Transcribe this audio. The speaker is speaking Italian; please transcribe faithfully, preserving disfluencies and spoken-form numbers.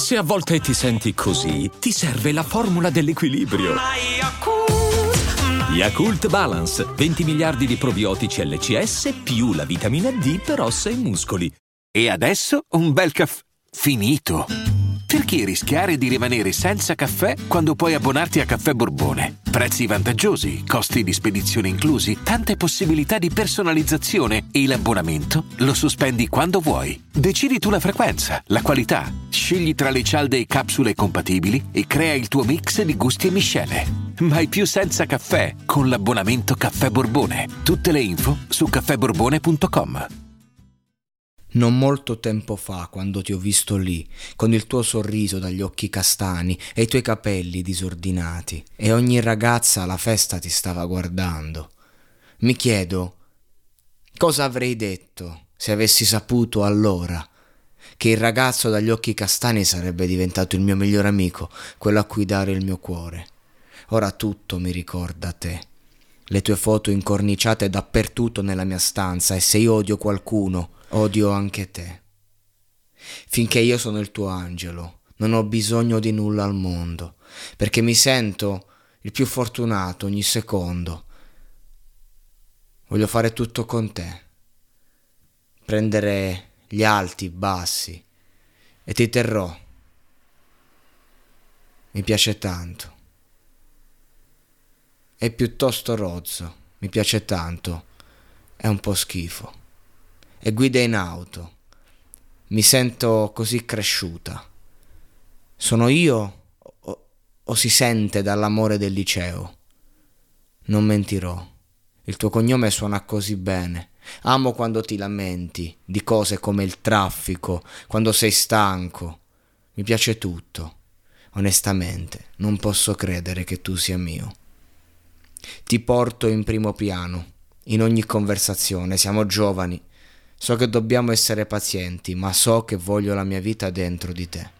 Se a volte ti senti così, ti serve la formula dell'equilibrio. Yakult Balance, venti miliardi di probiotici L C S più la vitamina D per ossa e muscoli. E adesso un bel caffè finito. Perché rischiare di rimanere senza caffè quando puoi abbonarti a Caffè Borbone? Prezzi vantaggiosi, costi di spedizione inclusi, tante possibilità di personalizzazione e l'abbonamento lo sospendi quando vuoi. Decidi tu la frequenza, la qualità, scegli tra le cialde e capsule compatibili e crea il tuo mix di gusti e miscele. Mai più senza caffè con l'abbonamento Caffè Borbone. Tutte le info su caffè borbone punto com. Non molto tempo fa, quando ti ho visto lì, con il tuo sorriso dagli occhi castani e i tuoi capelli disordinati, e ogni ragazza alla festa ti stava guardando, mi chiedo cosa avrei detto se avessi saputo allora che il ragazzo dagli occhi castani sarebbe diventato il mio migliore amico, quello a cui dare il mio cuore. Ora tutto mi ricorda te, le tue foto incorniciate dappertutto nella mia stanza, e se io odio qualcuno, odio anche te. Finché io sono il tuo angelo, non ho bisogno di nulla al mondo, perché mi sento il più fortunato ogni secondo. Voglio fare tutto con te, prendere gli alti, i bassi, e ti terrò. Mi piace tanto. È piuttosto rozzo, mi piace tanto, è un po' schifo. E guida in auto. Mi sento così cresciuta. Sono io o, o si sente dall'amore del liceo? Non mentirò. Il tuo cognome suona così bene. Amo quando ti lamenti di cose come il traffico, quando sei stanco. Mi piace tutto. Onestamente, non posso credere che tu sia mio. Ti porto in primo piano, in ogni conversazione. Siamo giovani. So che dobbiamo essere pazienti, ma so che voglio la mia vita dentro di te.